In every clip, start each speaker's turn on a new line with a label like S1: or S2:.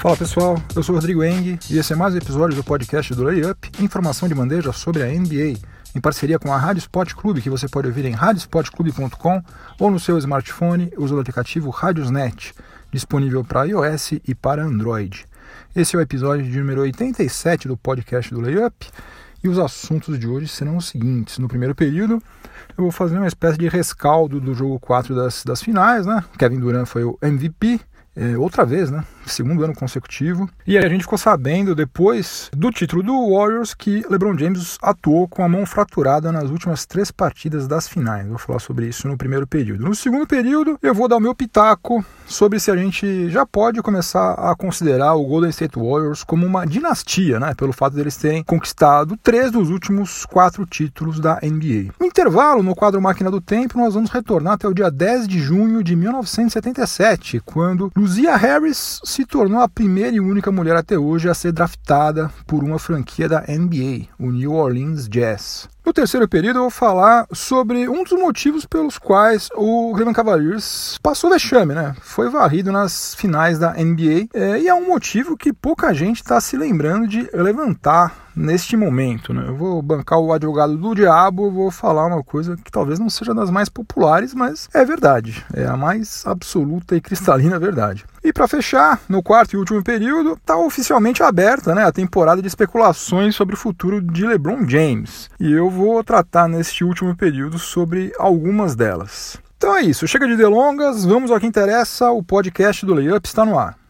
S1: Fala pessoal, eu sou o Rodrigo Eng e esse é mais um episódio do podcast do Layup, informação de bandeja sobre a NBA, em parceria com a Rádio Sport Clube, que você pode ouvir em radiosportclube.com ou no seu smartphone usando o aplicativo Radiosnet, disponível para iOS e para Android. Esse é o episódio de número 87 do podcast do Layup e os assuntos de hoje serão os seguintes. No primeiro período, eu vou fazer uma espécie de rescaldo do jogo 4 das finais, né? Kevin Durant foi o MVP. Outra vez, né? Segundo ano consecutivo. E a gente ficou sabendo depois do título do Warriors que LeBron James atuou com a mão fraturada nas últimas 3 partidas das finais. Vou falar sobre isso no primeiro período. No segundo período, eu vou dar o meu pitaco sobre se a gente já pode começar a considerar o Golden State Warriors como uma dinastia, né? Pelo fato deles terem conquistado 3 dos últimos 4 títulos da NBA. No intervalo, no quadro Máquina do Tempo, nós vamos retornar até o dia 10 de junho de 1977, quando Luzia Harris se tornou a primeira e única mulher até hoje a ser draftada por uma franquia da NBA, o New Orleans Jazz. No terceiro período eu vou falar sobre um dos motivos pelos quais o Cleveland Cavaliers passou vexame, né? Foi varrido nas finais da NBA e é um motivo que pouca gente está se lembrando de levantar neste momento, né? Eu vou bancar o advogado do diabo, eu vou falar uma coisa que talvez não seja das mais populares, mas é verdade, é a mais absoluta e cristalina verdade. E para fechar, no quarto e último período, está oficialmente aberta, né, a temporada de especulações sobre o futuro de LeBron James. E eu vou tratar neste último período sobre algumas delas. Então é isso, chega de delongas, vamos ao que interessa, o podcast do Layup está no ar.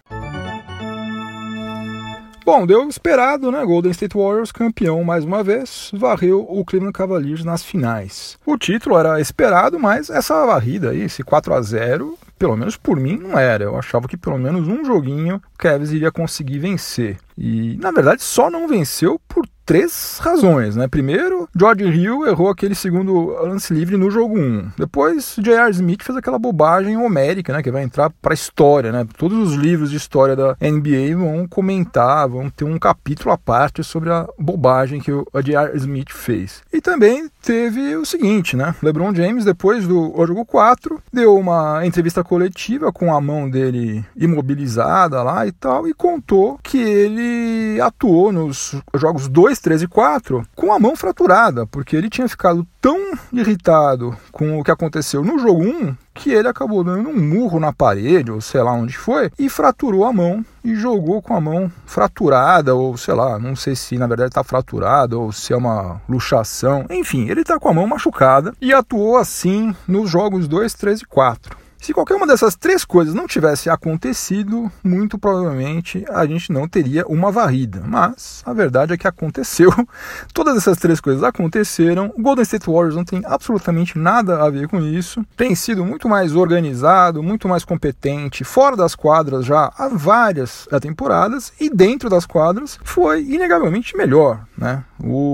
S1: Bom, deu esperado, né? Golden State Warriors, campeão mais uma vez, varreu o Cleveland Cavaliers nas finais. O título era esperado, mas essa varrida aí, esse 4-0, pelo menos por mim, não era. Eu achava que pelo menos um joguinho o Cavs iria conseguir vencer. E, na verdade, só não venceu por 3 razões, né? Primeiro, George Hill errou aquele segundo lance livre no jogo 1. Depois, J.R. Smith fez aquela bobagem homérica, né? Que vai entrar para a história, né? Todos os livros de história da NBA vão comentar, vão ter um capítulo à parte sobre a bobagem que o J.R. Smith fez. E também teve o seguinte, né? LeBron James, depois do jogo 4, deu uma entrevista coletiva com a mão dele imobilizada lá e tal, e contou que ele atuou nos jogos 2, 3 e 4 com a mão fraturada, porque ele tinha ficado tão irritado com o que aconteceu no jogo 1 que ele acabou dando um murro na parede, ou sei lá onde foi, e fraturou a mão e jogou com a mão fraturada, ou sei lá, não sei se na verdade está fraturada ou se é uma luxação, enfim, ele está com a mão machucada e atuou assim nos jogos 2, 3 e 4. Se qualquer uma dessas 3 coisas não tivesse acontecido, muito provavelmente a gente não teria uma varrida. Mas a verdade é que aconteceu. Todas essas 3 coisas aconteceram. O Golden State Warriors não tem absolutamente nada a ver com isso. Tem sido muito mais organizado, muito mais competente, fora das quadras já há várias temporadas. E dentro das quadras foi inegavelmente melhor, né?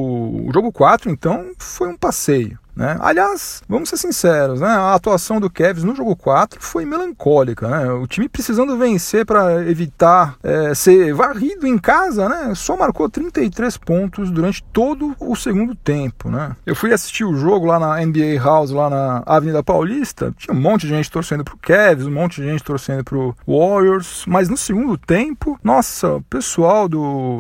S1: O jogo 4, então, foi um passeio. Né? Aliás, vamos ser sinceros, né? A atuação do Cavs no jogo 4 foi melancólica, né? O time precisando vencer para evitar ser varrido em casa, né? Só marcou 33 pontos durante todo o segundo tempo, né? Eu fui assistir o jogo lá na NBA House, lá na Avenida Paulista, tinha um monte de gente torcendo pro Cavs, um monte de gente torcendo pro Warriors, mas no segundo tempo, nossa, o pessoal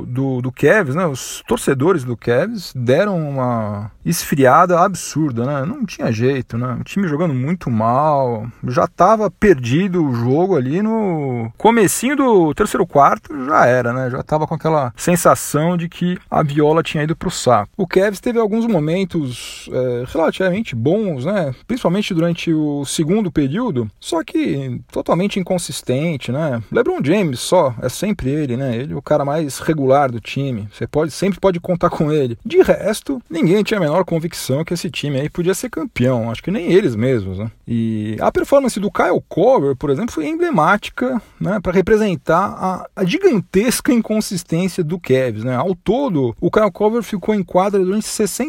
S1: do Cavs, né? Os torcedores do Cavs deram uma esfriada absurda. Né? Não tinha jeito, né? O time jogando muito mal, já estava perdido o jogo ali no comecinho do terceiro quarto, já era, né? Já estava com aquela sensação de que a viola tinha ido para o saco. O Cavs teve alguns momentos relativamente bons, né? Principalmente durante o segundo período, só que totalmente inconsistente, né? LeBron James só, é sempre ele, né? Ele é o cara mais regular do time, você sempre pode contar com ele. De resto, ninguém tinha a menor convicção que esse time aí podia ser campeão, acho que nem eles mesmos, né? E a performance do Kyle Korver, por exemplo, foi emblemática, né, para representar a gigantesca inconsistência do Cavs, né? Ao todo, o Kyle Korver ficou em quadra durante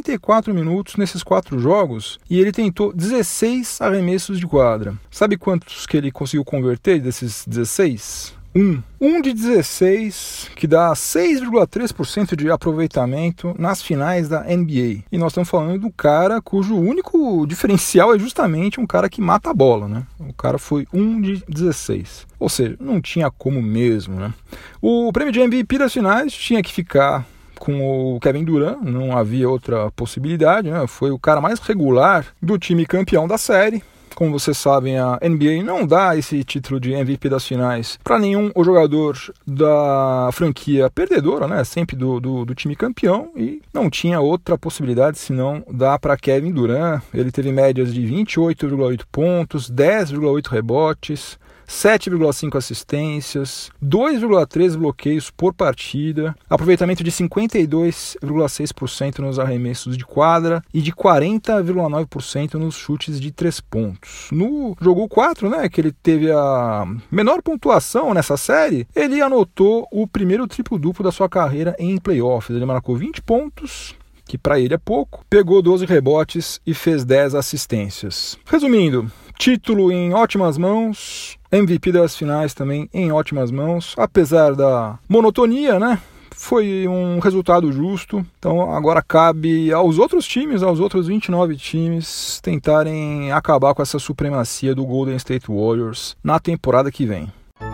S1: 64 minutos nesses 4 jogos e ele tentou 16 arremessos de quadra. Sabe quantos que ele conseguiu converter desses 16? 1 de 16, que dá 6,3% de aproveitamento nas finais da NBA. E nós estamos falando do cara cujo único diferencial é justamente um cara que mata a bola, né? O cara foi 1 de 16. Ou seja, não tinha como mesmo, né? O prêmio de MVP das finais tinha que ficar com o Kevin Durant, não havia outra possibilidade, né? Foi o cara mais regular do time campeão da série. Como vocês sabem, a NBA não dá esse título de MVP das finais para nenhum jogador da franquia perdedora, né? Sempre do time campeão, e não tinha outra possibilidade senão dar para Kevin Durant. Ele teve médias de 28,8 pontos, 10,8 rebotes, 7,5 assistências, 2,3 bloqueios por partida, aproveitamento de 52,6% nos arremessos de quadra e de 40,9% nos chutes de 3 pontos. No jogo 4, né, que ele teve a menor pontuação nessa série, ele anotou o primeiro triplo-duplo da sua carreira em playoffs. Ele marcou 20 pontos, que para ele é pouco, pegou 12 rebotes e fez 10 assistências. Resumindo, título em ótimas mãos, MVP das finais também em ótimas mãos, apesar da monotonia, né? Foi um resultado justo. Então agora cabe aos outros times, aos outros 29 times, tentarem acabar com essa supremacia do Golden State Warriors na temporada que vem.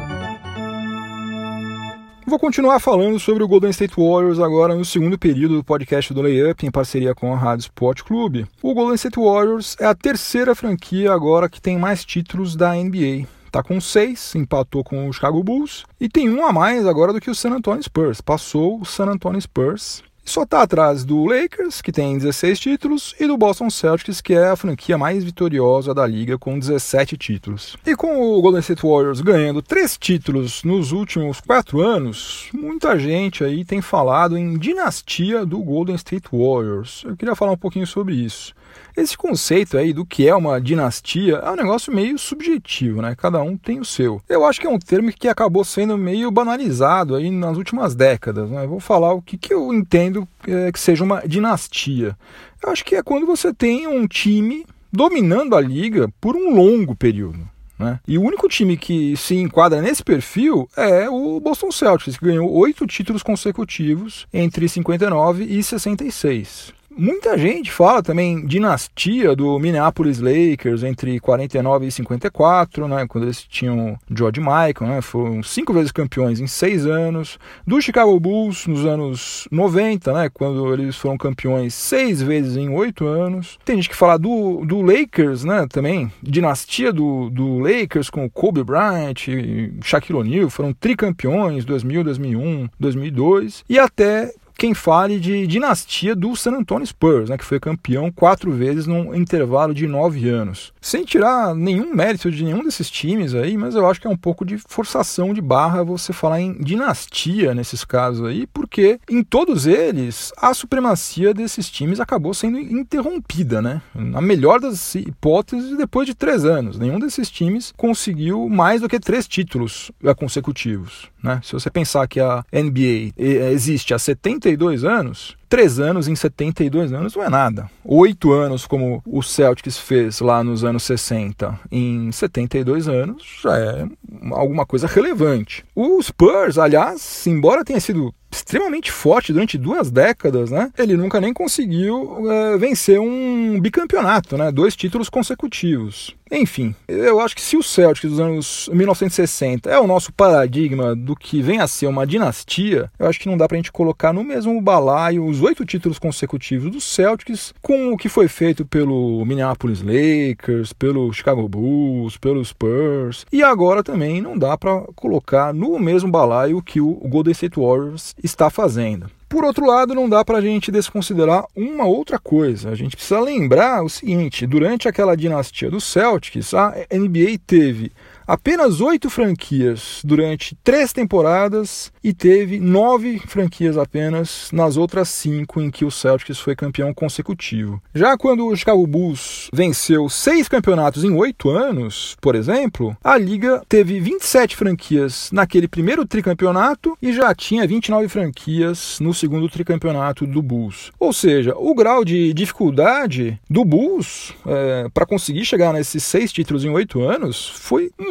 S1: Vou continuar falando sobre o Golden State Warriors agora no segundo período do podcast do Layup, em parceria com a Rádio Sport Clube. O Golden State Warriors é a terceira franquia agora que tem mais títulos da NBA. Está com 6, empatou com o Chicago Bulls, e tem um a mais agora do que o San Antonio Spurs. Passou o San Antonio Spurs. Só está atrás do Lakers, que tem 16 títulos, e do Boston Celtics, que é a franquia mais vitoriosa da liga, com 17 títulos. E com o Golden State Warriors ganhando 3 títulos nos últimos 4 anos, muita gente aí tem falado em dinastia do Golden State Warriors. Eu queria falar um pouquinho sobre isso. Esse conceito aí do que é uma dinastia é um negócio meio subjetivo, né? Cada um tem o seu. Eu acho que é um termo que acabou sendo meio banalizado aí nas últimas décadas, né? Eu vou falar o que eu entendo que seja uma dinastia. Eu acho que é quando você tem um time dominando a liga por um longo período, né? E o único time que se enquadra nesse perfil é o Boston Celtics, que ganhou 8 títulos consecutivos entre 59 e 66. Muita gente fala também dinastia do Minneapolis Lakers entre 49 e 54, né, quando eles tinham George Michael, né, foram 5 vezes campeões em 6 anos. Do Chicago Bulls nos anos 90, né, quando eles foram campeões 6 vezes em 8 anos. Tem gente que fala do Lakers, né, também, dinastia do Lakers com Kobe Bryant e Shaquille O'Neal, foram tricampeões 2000, 2001, 2002, e até quem fale de dinastia do San Antonio Spurs, né, que foi campeão 4 vezes num intervalo de 9 anos. Sem tirar nenhum mérito de nenhum desses times aí, mas eu acho que é um pouco de forçação de barra você falar em dinastia nesses casos aí, porque em todos eles a supremacia desses times acabou sendo interrompida, né? Na melhor das hipóteses, depois de 3 anos. Nenhum desses times conseguiu mais do que 3 títulos consecutivos, né? Se você pensar que a NBA existe há 72 anos, 3 anos em 72 anos não é nada. 8 anos, como o Celtics fez lá nos anos 60, em 72 anos, já é alguma coisa relevante. O Spurs, aliás, embora tenha sido extremamente forte durante 2 décadas, né? Ele nunca nem conseguiu vencer um bicampeonato, né? 2 títulos consecutivos. Enfim, eu acho que se o Celtics dos anos 1960 é o nosso paradigma do que vem a ser uma dinastia, eu acho que não dá pra gente colocar no mesmo balaio os 8 títulos consecutivos do Celtics com o que foi feito pelo Minneapolis Lakers, pelo Chicago Bulls, pelo Spurs, e agora também não dá pra colocar no mesmo balaio que o Golden State Warriors está fazendo. Por outro lado, não dá para a gente desconsiderar uma outra coisa. A gente precisa lembrar o seguinte: durante aquela dinastia dos Celtics, a NBA teve apenas 8 franquias durante 3 temporadas e teve 9 franquias apenas nas outras 5 em que o Celtics foi campeão consecutivo. Já quando o Chicago Bulls venceu 6 campeonatos em 8 anos, por exemplo, a liga teve 27 franquias naquele primeiro tricampeonato e já tinha 29 franquias no segundo tricampeonato do Bulls. Ou seja, o grau de dificuldade do Bulls para conseguir chegar nesses 6 títulos em 8 anos foi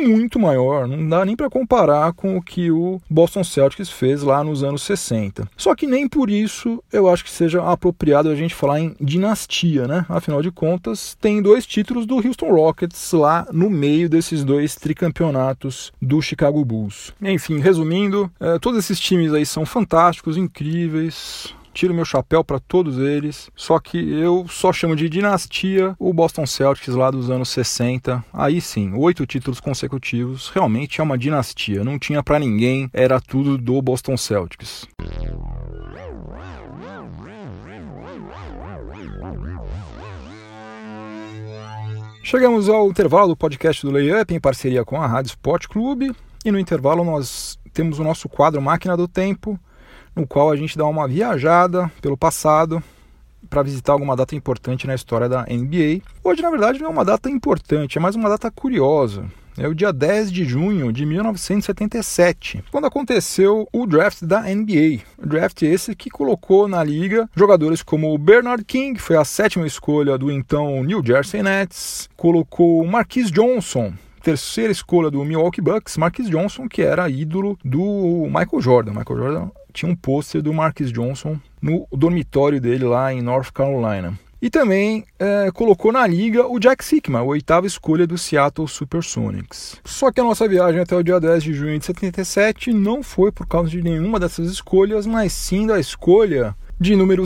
S1: muito maior, não dá nem para comparar com o que o Boston Celtics fez lá nos anos 60. Só que nem por isso eu acho que seja apropriado a gente falar em dinastia, né? Afinal de contas, tem 2 títulos do Houston Rockets lá no meio desses 2 tricampeonatos do Chicago Bulls. Enfim, resumindo, todos esses times aí são fantásticos, incríveis. Tiro meu chapéu para todos eles, só que eu só chamo de dinastia o Boston Celtics lá dos anos 60. Aí sim, 8 títulos consecutivos, realmente é uma dinastia, não tinha para ninguém, era tudo do Boston Celtics. Chegamos ao intervalo do podcast do Layup em parceria com a Rádio Sport Clube, e no intervalo nós temos o nosso quadro Máquina do Tempo, no qual a gente dá uma viajada pelo passado para visitar alguma data importante na história da NBA. Hoje, na verdade, não é uma data importante, é mais uma data curiosa. É o dia 10 de junho de 1977, quando aconteceu o draft da NBA. O draft esse que colocou na liga jogadores como o Bernard King, que foi a 7ª escolha do então New Jersey Nets, colocou o Marquise Johnson, 3ª escolha do Milwaukee Bucks, Marquise Johnson, que era ídolo do Michael Jordan. Michael Jordan tinha um pôster do Marquise Johnson no dormitório dele lá em North Carolina. E também colocou na liga o Jack Sikma, a 8ª escolha do Seattle Supersonics. Só que a nossa viagem até o dia 10 de junho de 77 não foi por causa de nenhuma dessas escolhas, mas sim da escolha de número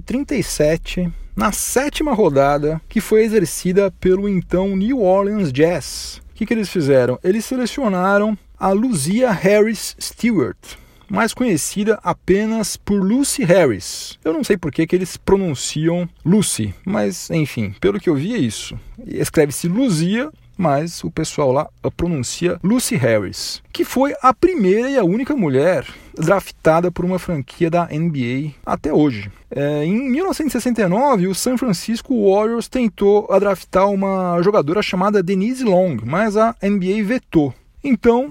S1: 137, na 7ª rodada, que foi exercida pelo então New Orleans Jazz. O que eles fizeram? Eles selecionaram a Lucia Harris Stewart, mais conhecida apenas por Lucy Harris. Eu não sei por que eles pronunciam Lucy, mas enfim, pelo que eu vi é isso. Escreve-se Luzia, mas o pessoal lá pronuncia Lucy Harris, que foi a primeira e a única mulher draftada por uma franquia da NBA até hoje. Em 1969, o San Francisco Warriors tentou draftar uma jogadora chamada Denise Long, mas a NBA vetou. Então,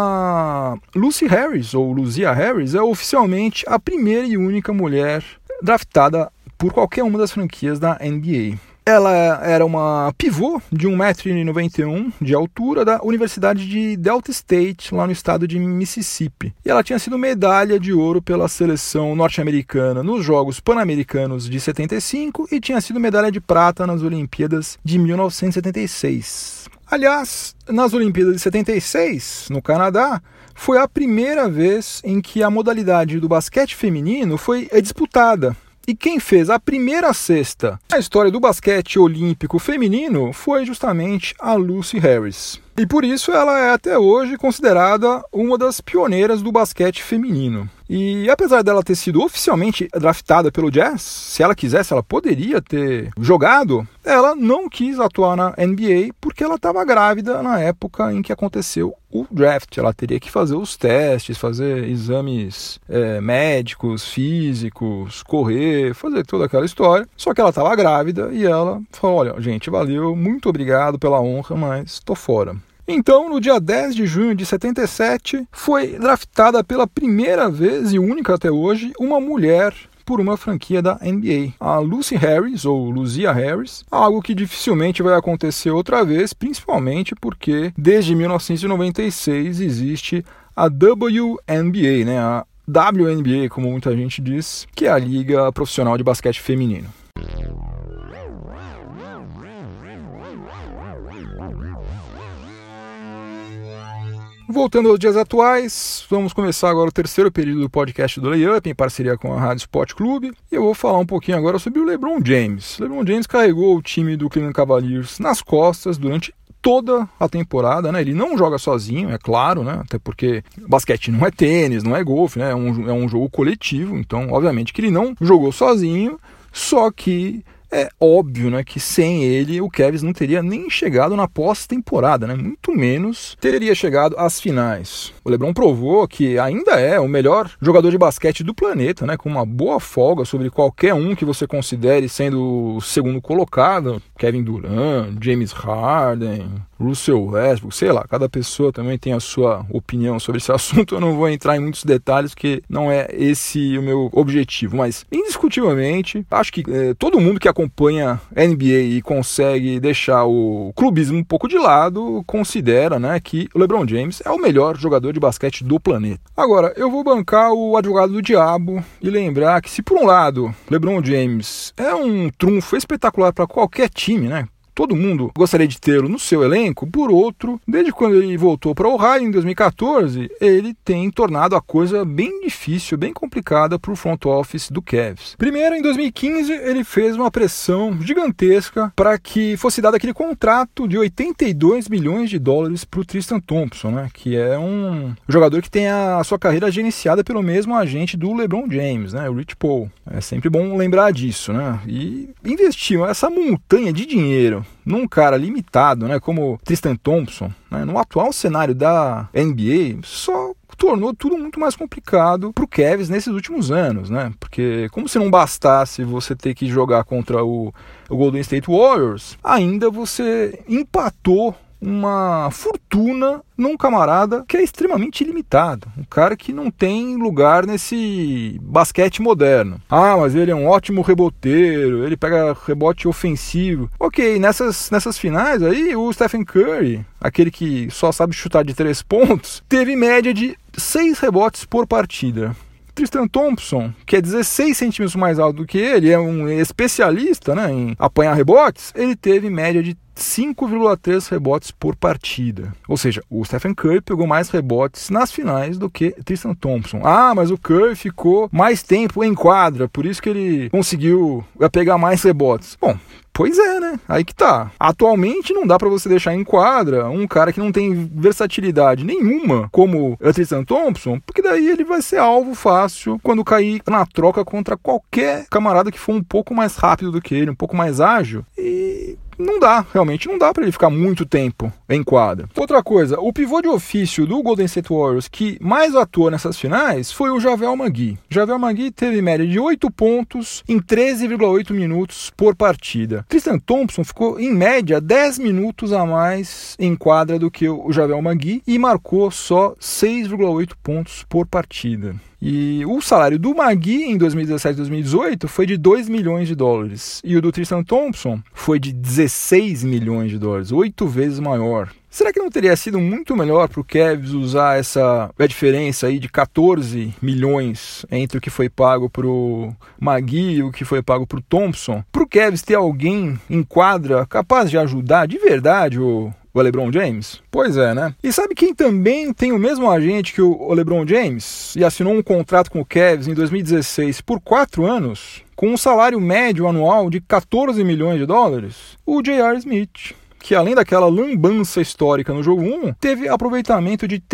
S1: a Lucy Harris, ou Lucia Harris, é oficialmente a primeira e única mulher draftada por qualquer uma das franquias da NBA. Ela era uma pivô de 1,91 m de altura da Universidade de Delta State, lá no estado de Mississippi. E ela tinha sido medalha de ouro pela seleção norte-americana nos Jogos Pan-Americanos de 75 e tinha sido medalha de prata nas Olimpíadas de 1976. Aliás, nas Olimpíadas de 76, no Canadá, foi a primeira vez em que a modalidade do basquete feminino foi disputada. E quem fez a primeira cesta na história do basquete olímpico feminino foi justamente a Lucy Harris. E por isso ela é até hoje considerada uma das pioneiras do basquete feminino. E apesar dela ter sido oficialmente draftada pelo Jazz, se ela quisesse ela poderia ter jogado, ela não quis atuar na NBA porque ela estava grávida na época em que aconteceu o draft. Ela teria que fazer os testes, fazer exames médicos, físicos, correr, fazer toda aquela história. Só que ela estava grávida e ela falou, olha, gente, valeu, muito obrigado pela honra, mas estou fora. Então, no dia 10 de junho de 77, foi draftada pela primeira vez e única até hoje uma mulher por uma franquia da NBA, a Lucy Harris, ou Lucia Harris, algo que dificilmente vai acontecer outra vez, principalmente porque desde 1996 existe a WNBA, né? A WNBA, como muita gente diz, que é a Liga Profissional de Basquete Feminino. Voltando aos dias atuais, vamos começar agora o terceiro período do podcast do Layup, em parceria com a Rádio Sport Clube, e eu vou falar um pouquinho agora sobre o LeBron James. LeBron James carregou o time do Cleveland Cavaliers nas costas durante toda a temporada, né? Ele não joga sozinho, é claro, né? Até porque basquete não é tênis, não é golfe, né? É um jogo coletivo, então obviamente que ele não jogou sozinho, só que é óbvio, né, que sem ele o Cavs não teria nem chegado na pós-temporada, né, muito menos teria chegado às finais. O LeBron provou que ainda é o melhor jogador de basquete do planeta, né, com uma boa folga sobre qualquer um que você considere sendo o segundo colocado, Kevin Durant, James Harden, Russell Westbrook, sei lá, cada pessoa também tem a sua opinião sobre esse assunto, eu não vou entrar em muitos detalhes, porque não é esse o meu objetivo, mas indiscutivelmente, acho que todo mundo que acompanha NBA e consegue deixar o clubismo um pouco de lado, considera, né, que o LeBron James é o melhor jogador de basquete do planeta. Agora, eu vou bancar o advogado do diabo e lembrar que se por um lado LeBron James é um trunfo espetacular para qualquer time, né? Todo mundo gostaria de tê-lo no seu elenco. Por outro, desde quando ele voltou para o Ohio em 2014, ele tem tornado a coisa bem difícil, bem complicada para o front office do Cavs. Primeiro, em 2015, ele fez uma pressão gigantesca para que fosse dado aquele contrato de 82 milhões de dólares para o Tristan Thompson, né, que é um jogador que tem a sua carreira gerenciada pelo mesmo agente do LeBron James, né, o Rich Paul. É sempre bom lembrar disso, né? E investir essa montanha de dinheiro num cara limitado, né, como Tristan Thompson, né, no atual cenário da NBA, só tornou tudo muito mais complicado para o Cavs nesses últimos anos, né? Porque como se não bastasse você ter que jogar contra o Golden State Warriors, ainda você empatou uma fortuna num camarada que é extremamente limitado, um cara que não tem lugar nesse basquete moderno. Ah, mas ele é um ótimo reboteiro, ele pega rebote ofensivo. Ok, nessas finais aí, o Stephen Curry, aquele que só sabe chutar de 3 pontos, teve média de 6 rebotes por partida. Tristan Thompson, que é 16 centímetros mais alto do que ele, é um especialista, né, em apanhar rebotes, ele teve média de 5,3 rebotes por partida. Ou seja, o Stephen Curry pegou mais rebotes nas finais do que Tristan Thompson. Ah, mas o Curry ficou mais tempo em quadra, por isso que ele conseguiu pegar mais rebotes. Bom, pois é, né? Aí que tá. Atualmente não dá pra você deixar em quadra um cara que não tem versatilidade nenhuma, como o Tristan Thompson, porque daí ele vai ser alvo fácil quando cair na troca contra qualquer camarada que for um pouco mais rápido do que ele, um pouco mais ágil. E não dá, realmente não dá para ele ficar muito tempo em quadra. Outra coisa, o pivô de ofício do Golden State Warriors que mais atuou nessas finais foi o JaVale McGee. JaVale McGee teve média de 8 pontos em 13,8 minutos por partida. Tristan Thompson ficou em média 10 minutos a mais em quadra do que o JaVale McGee e marcou só 6,8 pontos por partida. E o salário do McGee em 2017 e 2018 foi de 2 milhões de dólares. E o do Tristan Thompson foi de 16 milhões de dólares, 8 vezes maior. Será que não teria sido muito melhor para o Cavs usar a diferença aí de 14 milhões entre o que foi pago para o McGee e o que foi pago para o Thompson? Para o Cavs ter alguém em quadra capaz de ajudar de verdade o LeBron James? Pois é, né? E sabe quem também tem o mesmo agente que o LeBron James e assinou um contrato com o Cavs em 2016 por 4 anos, com um salário médio anual de 14 milhões de dólares? O J.R. Smith, que além daquela lambança histórica no jogo 1, teve aproveitamento de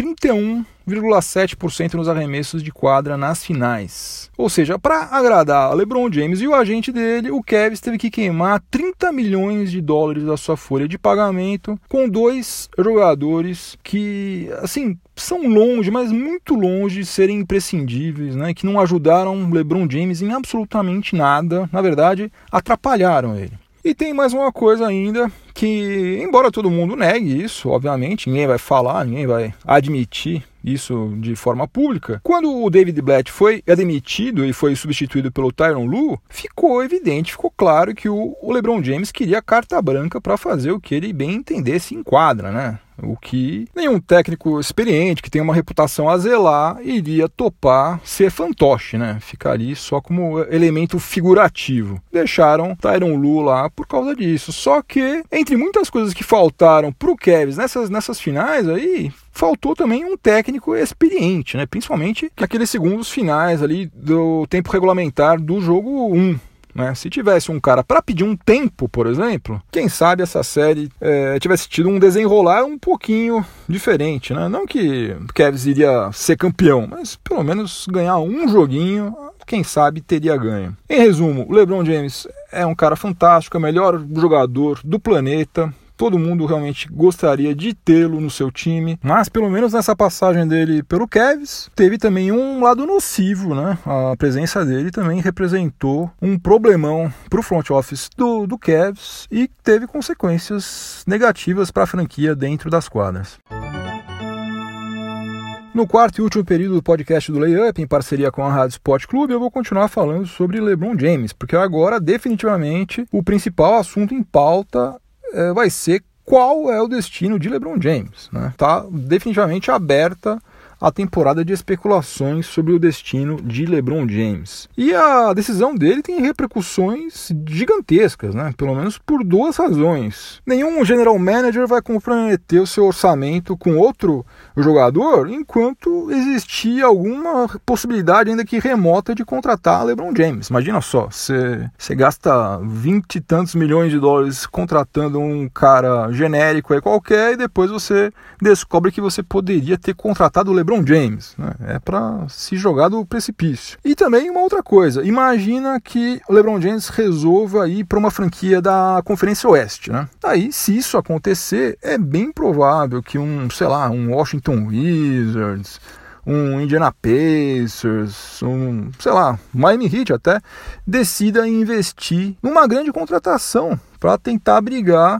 S1: 31,7% nos arremessos de quadra nas finais. Ou seja, para agradar LeBron James e o agente dele, o Cavs teve que queimar 30 milhões de dólares da sua folha de pagamento com 2 jogadores que, assim, são longe, mas muito longe de serem imprescindíveis, né? Que não ajudaram LeBron James em absolutamente nada, na verdade, atrapalharam ele. E tem mais uma coisa ainda que, embora todo mundo negue isso, obviamente, ninguém vai falar, ninguém vai admitir isso de forma pública. Quando o David Blatt foi demitido e foi substituído pelo Tyronn Lue, ficou evidente, ficou claro que o LeBron James queria carta branca para fazer o que ele bem entendesse em quadra, né? O que nenhum técnico experiente, que tem uma reputação a zelar, iria topar ser fantoche, né? Ficar ali só como elemento figurativo. Deixaram Tyronn Lue lá por causa disso. Só que, entre muitas coisas que faltaram pro Cavs nessas finais aí, faltou também um técnico experiente, né? Principalmente naqueles segundos finais ali do tempo regulamentar do jogo 1. Né? Se tivesse um cara para pedir um tempo, por exemplo, quem sabe essa série tivesse tido um desenrolar um pouquinho diferente, né? Não que o Cavs iria ser campeão, mas pelo menos ganhar um joguinho, quem sabe teria ganho. Em resumo, o LeBron James é um cara fantástico, é o melhor jogador do planeta. todo mundo realmente gostaria de tê-lo no seu time, mas pelo menos nessa passagem dele pelo Cavs, teve também um lado nocivo, né? A presença dele também representou um problemão para o front office do Cavs e teve consequências negativas para a franquia dentro das quadras. No quarto e último período do podcast do Layup, em parceria com a Rádio Sport Clube, eu vou continuar falando sobre LeBron James, porque agora, definitivamente, o principal assunto em pauta vai ser qual é o destino de LeBron James. Está definitivamente aberta a temporada de especulações sobre o destino de LeBron James. E a decisão dele tem repercussões gigantescas, pelo menos por duas razões. Nenhum general manager vai comprometer o seu orçamento com outro jogador enquanto existir alguma possibilidade, ainda que remota, de contratar LeBron James. Imagina só, você gasta 20 e tantos milhões de dólares contratando um cara genérico aí qualquer e depois você descobre que você poderia ter contratado o LeBron James, É para se jogar do precipício. E também uma outra coisa, imagina que o LeBron James resolva ir para uma franquia da Conferência Oeste, Aí, se isso acontecer, é bem provável que um Washington Wizards, um Indiana Pacers, Miami Heat até, decida investir numa grande contratação para tentar brigar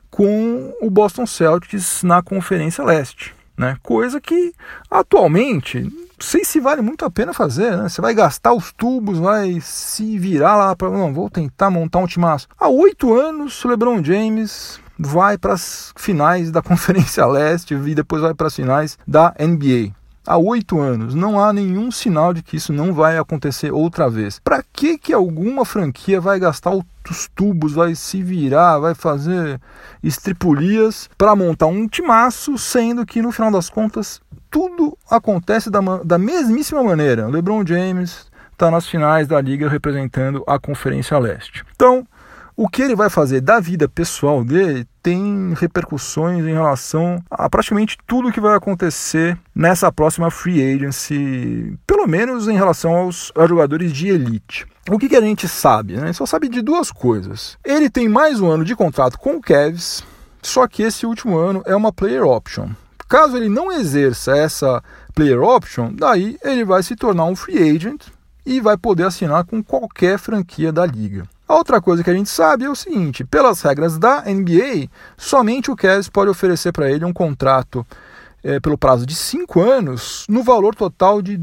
S1: com o Boston Celtics na Conferência Leste. Coisa que atualmente não sei se vale muito a pena fazer. Você vai gastar os tubos, vai se virar lá para vou tentar montar um timaço. Há 8 anos o LeBron James vai para as finais da Conferência Leste e depois vai para as finais da NBA. Há 8 anos, não há nenhum sinal de que isso não vai acontecer outra vez. Para que alguma franquia vai gastar os tubos, vai se virar, vai fazer estripulias para montar um timaço, sendo que no final das contas tudo acontece da mesmíssima maneira. LeBron James está nas finais da liga representando a Conferência Leste. Então, o que ele vai fazer da vida pessoal dele tem repercussões em relação a praticamente tudo que vai acontecer nessa próxima free agency, pelo menos em relação aos jogadores de elite. O que a gente sabe? Só sabe de duas coisas. Ele tem mais um ano de contrato com o Cavs, só que esse último ano é uma player option. Caso ele não exerça essa player option, daí ele vai se tornar um free agent e vai poder assinar com qualquer franquia da liga. A outra coisa que a gente sabe é o seguinte: pelas regras da NBA, somente o Cavs pode oferecer para ele um contrato pelo prazo de 5 anos, no valor total de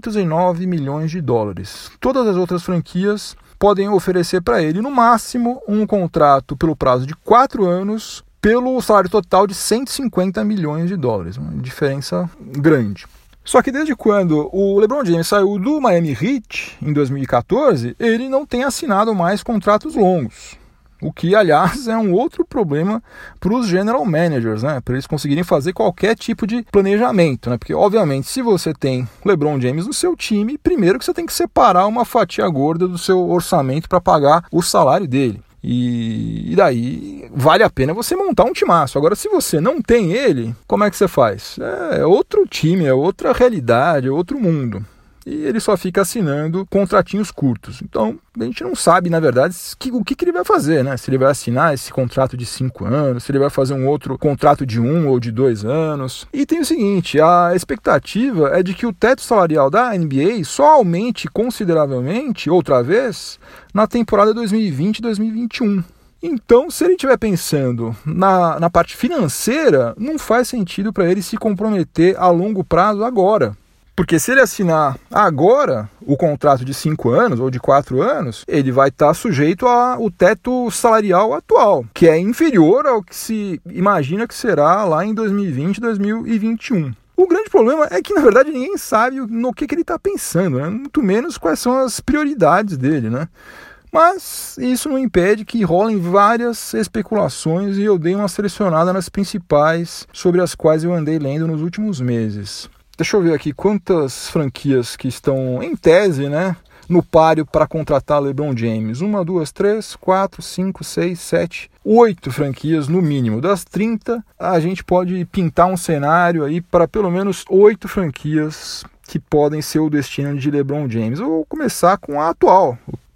S1: 209 milhões de dólares. Todas as outras franquias podem oferecer para ele, no máximo, um contrato pelo prazo de 4 anos, pelo salário total de 150 milhões de dólares. Uma diferença grande. Só que desde quando o LeBron James saiu do Miami Heat, em 2014, ele não tem assinado mais contratos longos. O que, aliás, é um outro problema para os general managers, para eles conseguirem fazer qualquer tipo de planejamento. Porque, obviamente, se você tem LeBron James no seu time, primeiro que você tem que separar uma fatia gorda do seu orçamento para pagar o salário dele. E daí vale a pena você montar um timaço. Agora, se você não tem ele, como é que você faz? É outro time, é outra realidade, é outro mundo. E ele só fica assinando contratinhos curtos. Então, a gente não sabe, na verdade, o que ele vai fazer, Se ele vai assinar esse contrato de 5 anos, se ele vai fazer um outro contrato de 1 ou de 2 anos. E tem o seguinte, a expectativa é de que o teto salarial da NBA só aumente consideravelmente, outra vez, na temporada 2020-2021. Então, se ele estiver pensando na parte financeira, não faz sentido para ele se comprometer a longo prazo agora. Porque se ele assinar agora o contrato de 5 anos ou de 4 anos, ele vai estar sujeito ao teto salarial atual, que é inferior ao que se imagina que será lá em 2020 e 2021. O grande problema é que, na verdade, ninguém sabe no que ele está pensando, muito menos quais são as prioridades dele, Mas isso não impede que rolem várias especulações e eu dei uma selecionada nas principais sobre as quais eu andei lendo nos últimos meses. Deixa eu ver aqui quantas franquias que estão em tese, no páreo para contratar LeBron James. 1, 2, 3, 4, 5, 6, 7, 8 franquias no mínimo. Das 30, a gente pode pintar um cenário aí para pelo menos 8 franquias que podem ser o destino de LeBron James. Eu vou começar com a atual.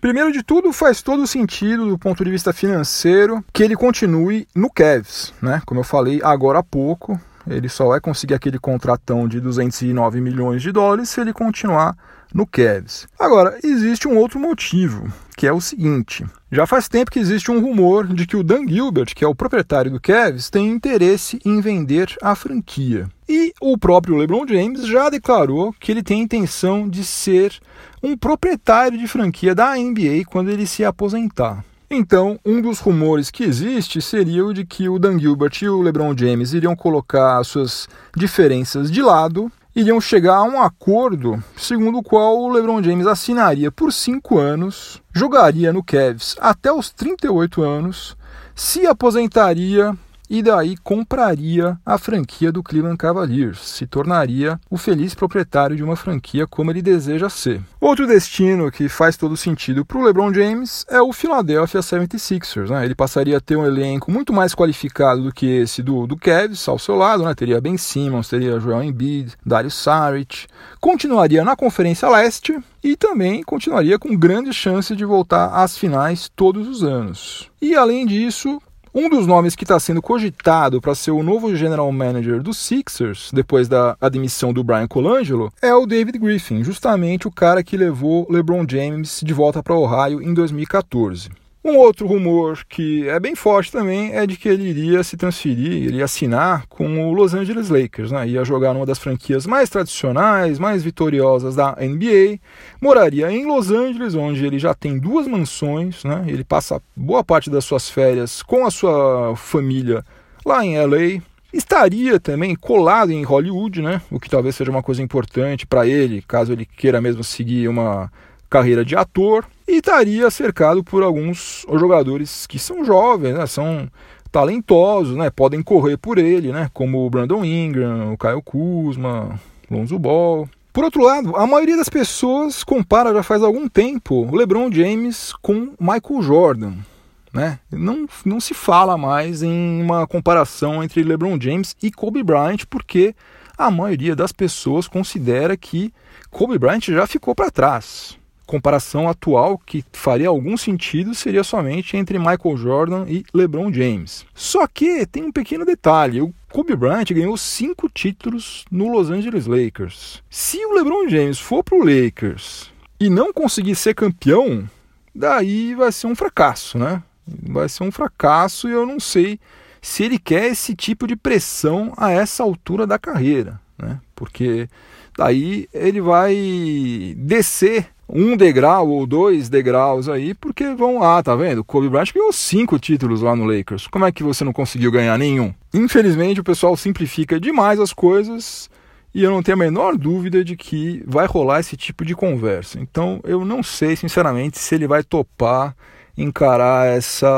S1: Primeiro de tudo, faz todo sentido do ponto de vista financeiro que ele continue no Cavs, né? Como eu falei agora há pouco, ele só vai conseguir aquele contratão de 209 milhões de dólares se ele continuar no Cavs. Agora, existe um outro motivo, que é o seguinte: já faz tempo que existe um rumor de que o Dan Gilbert, que é o proprietário do Cavs, tem interesse em vender a franquia. E o próprio LeBron James já declarou que ele tem a intenção de ser um proprietário de franquia da NBA quando ele se aposentar. Então, um dos rumores que existe seria o de que o Dan Gilbert e o LeBron James iriam colocar as suas diferenças de lado, iriam chegar a um acordo segundo o qual o LeBron James assinaria por 5 anos, jogaria no Cavs até os 38 anos, se aposentaria e daí compraria a franquia do Cleveland Cavaliers, se tornaria o feliz proprietário de uma franquia como ele deseja ser. Outro destino que faz todo sentido para o LeBron James é o Philadelphia 76ers, né? Ele passaria a ter um elenco muito mais qualificado do que esse do Cavs ao seu lado, né? Teria Ben Simmons, teria Joel Embiid, Dario Saric, continuaria na Conferência Leste e também continuaria com grande chance de voltar às finais todos os anos. E além disso, um dos nomes que está sendo cogitado para ser o novo general manager dos Sixers, depois da admissão do Brian Colangelo, é o David Griffin, justamente o cara que levou LeBron James de volta para Ohio em 2014. Um outro rumor que é bem forte também é de que ele iria se transferir, iria assinar com o Los Angeles Lakers, né? Ia jogar numa das franquias mais tradicionais, mais vitoriosas da NBA, moraria em Los Angeles, onde ele já tem 2 mansões, né? Ele passa boa parte das suas férias com a sua família lá em LA, estaria também colado em Hollywood, né? O que talvez seja uma coisa importante para ele, caso ele queira mesmo seguir uma carreira de ator, e estaria cercado por alguns jogadores que são jovens, né, são talentosos, né, podem correr por ele, né, como o Brandon Ingram, o Kyle Kuzma, Lonzo Ball. Por outro lado, a maioria das pessoas compara já faz algum tempo o LeBron James com Michael Jordan, né? Não se fala mais em uma comparação entre LeBron James e Kobe Bryant, porque a maioria das pessoas considera que Kobe Bryant já ficou para trás. Comparação atual que faria algum sentido seria somente entre Michael Jordan e LeBron James. Só que tem um pequeno detalhe: o Kobe Bryant ganhou 5 títulos no Los Angeles Lakers. Se o LeBron James for pro Lakers e não conseguir ser campeão, daí vai ser um fracasso, né? Vai ser um fracasso, e eu não sei se ele quer esse tipo de pressão a essa altura da carreira, né? Porque daí ele vai descer 1 degrau ou 2 degraus aí, porque vão lá, tá vendo? O Kobe Bryant ganhou 5 títulos lá no Lakers. Como é que você não conseguiu ganhar nenhum? Infelizmente, o pessoal simplifica demais as coisas, e eu não tenho a menor dúvida de que vai rolar esse tipo de conversa. Então, eu não sei, sinceramente, se ele vai topar encarar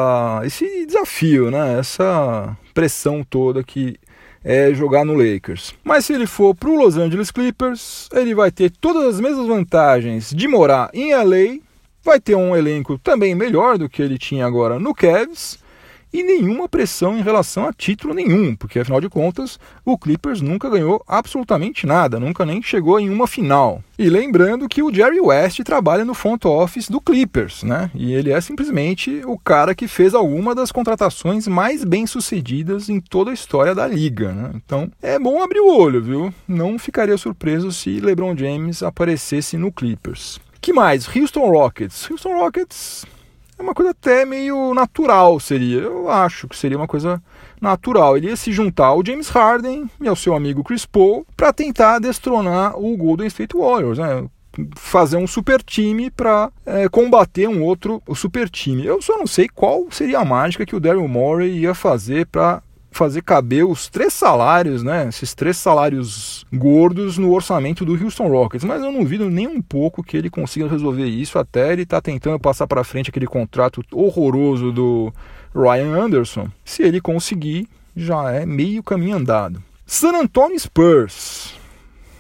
S1: esse desafio, né? Essa pressão toda que é jogar no Lakers. Mas se ele for para o Los Angeles Clippers, ele vai ter todas as mesmas vantagens de morar em LA, vai ter um elenco também melhor do que ele tinha agora no Cavs, e nenhuma pressão em relação a título nenhum, porque afinal de contas o Clippers nunca ganhou absolutamente nada, nunca nem chegou em uma final. E lembrando que o Jerry West trabalha no front office do Clippers, né? E ele é simplesmente o cara que fez alguma das contratações mais bem-sucedidas em toda a história da liga, né? Então é bom abrir o olho, viu? Não ficaria surpreso se LeBron James aparecesse no Clippers. Que mais? Houston Rockets. Houston Rockets é uma coisa até meio natural, seria. Eu acho que seria uma coisa natural. Ele ia se juntar ao James Harden e ao seu amigo Chris Paul para tentar destronar o Golden State Warriors, né? Fazer um super time para combater um outro super time. Eu só não sei qual seria a mágica que o Daryl Morey ia fazer para fazer caber os 3 salários, né? Esses 3 salários gordos no orçamento do Houston Rockets, mas eu não duvido nem um pouco que ele consiga resolver isso. Até ele tá tentando passar para frente aquele contrato horroroso do Ryan Anderson. Se ele conseguir, já é meio caminho andado. San Antonio Spurs.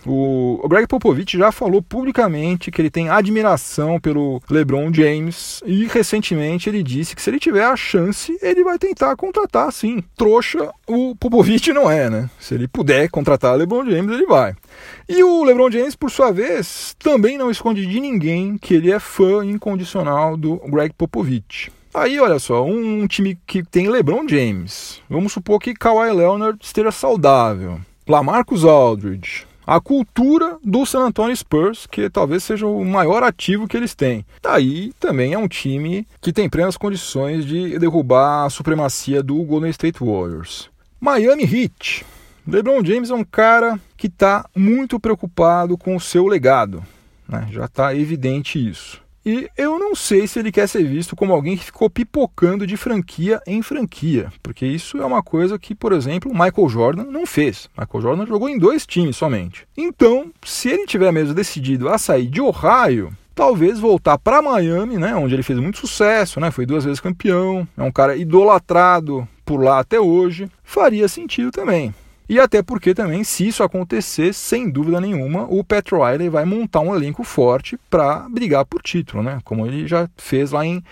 S1: O Greg Popovich já falou publicamente que ele tem admiração pelo LeBron James e recentemente ele disse que se ele tiver a chance, ele vai tentar contratar sim. Trouxa o Popovich não é, né? Se ele puder contratar o LeBron James, ele vai. E o LeBron James, por sua vez, também não esconde de ninguém que ele é fã incondicional do Greg Popovich. Aí, olha só, um time que tem LeBron James, vamos supor que Kawhi Leonard esteja saudável, LaMarcus Aldridge, a cultura do San Antonio Spurs, que talvez seja o maior ativo que eles têm. Daí também é um time que tem plenas condições de derrubar a supremacia do Golden State Warriors. Miami Heat. LeBron James é um cara que está muito preocupado com o seu legado, né? Já está evidente isso. E eu não sei se ele quer ser visto como alguém que ficou pipocando de franquia em franquia, porque isso é uma coisa que, por exemplo, o Michael Jordan não fez. Michael Jordan jogou em 2 times somente. Então, se ele tiver mesmo decidido a sair de Ohio, talvez voltar para Miami, né, onde ele fez muito sucesso, né, foi 2 vezes campeão, é um cara idolatrado por lá até hoje, faria sentido também. E até porque também, se isso acontecer, sem dúvida nenhuma, o Pat Riley vai montar um elenco forte para brigar por título, né? Como ele já fez lá em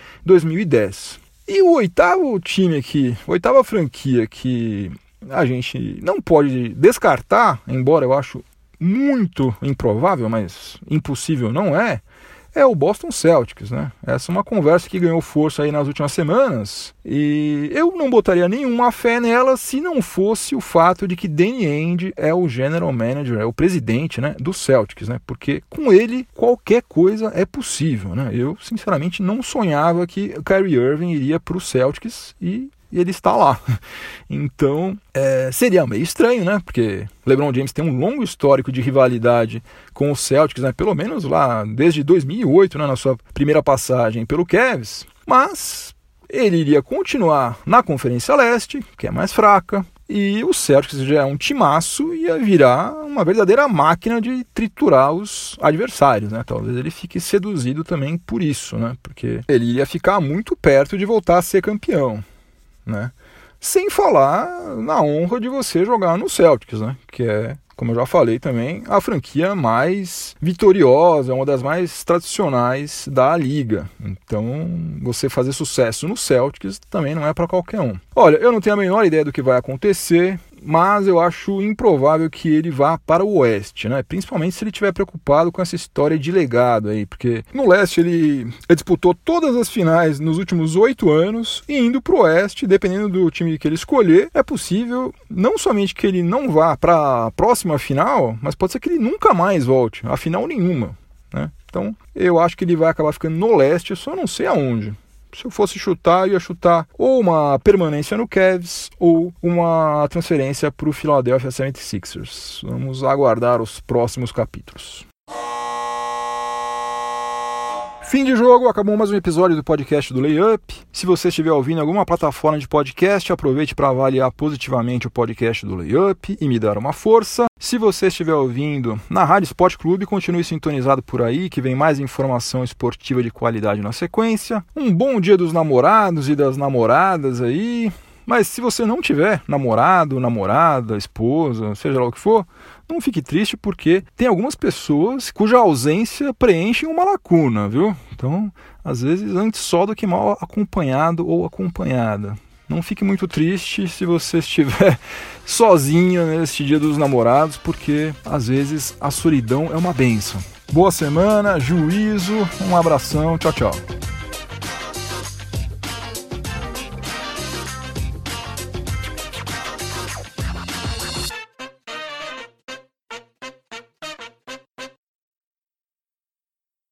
S1: 2010. E o 8º time aqui, a 8ª franquia que a gente não pode descartar, embora eu acho muito improvável, mas impossível não é o Boston Celtics, né? Essa é uma conversa que ganhou força aí nas últimas semanas e eu não botaria nenhuma fé nela se não fosse o fato de que Danny Ainge é o general manager, é o presidente, né, do Celtics, né? Porque com ele qualquer coisa é possível, né? Eu sinceramente não sonhava que o Kyrie Irving iria para o Celtics e ele está lá. Então, seria meio estranho, né? Porque LeBron James tem um longo histórico de rivalidade com o Celtics, né? Pelo menos lá desde 2008, né? Na sua primeira passagem pelo Cavs. Mas ele iria continuar na Conferência Leste, que é mais fraca, e o Celtics já é um timaço, ia virar uma verdadeira máquina de triturar os adversários, né? Talvez ele fique seduzido também por isso, né? Porque ele ia ficar muito perto de voltar a ser campeão, né? Sem falar na honra de você jogar no Celtics, né? Que é, como eu já falei também, a franquia mais vitoriosa, uma das mais tradicionais da liga. Então, você fazer sucesso no Celtics também não é para qualquer um. Olha, eu não tenho a menor ideia do que vai acontecer, mas eu acho improvável que ele vá para o Oeste, né? Principalmente se ele estiver preocupado com essa história de legado aí, porque no Leste ele disputou todas as finais nos últimos 8 anos e indo para o Oeste, dependendo do time que ele escolher, é possível não somente que ele não vá para a próxima final, mas pode ser que ele nunca mais volte a final nenhuma, né? Então eu acho que ele vai acabar ficando no Leste, eu só não sei aonde. Se eu fosse chutar, eu ia chutar ou uma permanência no Cavs ou uma transferência para o Philadelphia 76ers. Vamos aguardar os próximos capítulos. Fim de jogo, acabou mais um episódio do podcast do Layup. Se você estiver ouvindo em alguma plataforma de podcast, aproveite para avaliar positivamente o podcast do Layup e me dar uma força. Se você estiver ouvindo na Rádio Sport Clube, continue sintonizado por aí, que vem mais informação esportiva de qualidade na sequência. Um bom dia dos namorados e das namoradas aí. Mas se você não tiver namorado, namorada, esposa, seja lá o que for, não fique triste porque tem algumas pessoas cuja ausência preenche uma lacuna, viu? Então, às vezes, antes só do que mal acompanhado ou acompanhada. Não fique muito triste se você estiver sozinho neste dia dos namorados, porque às vezes a solidão é uma bênção. Boa semana, juízo, um abração, tchau, tchau.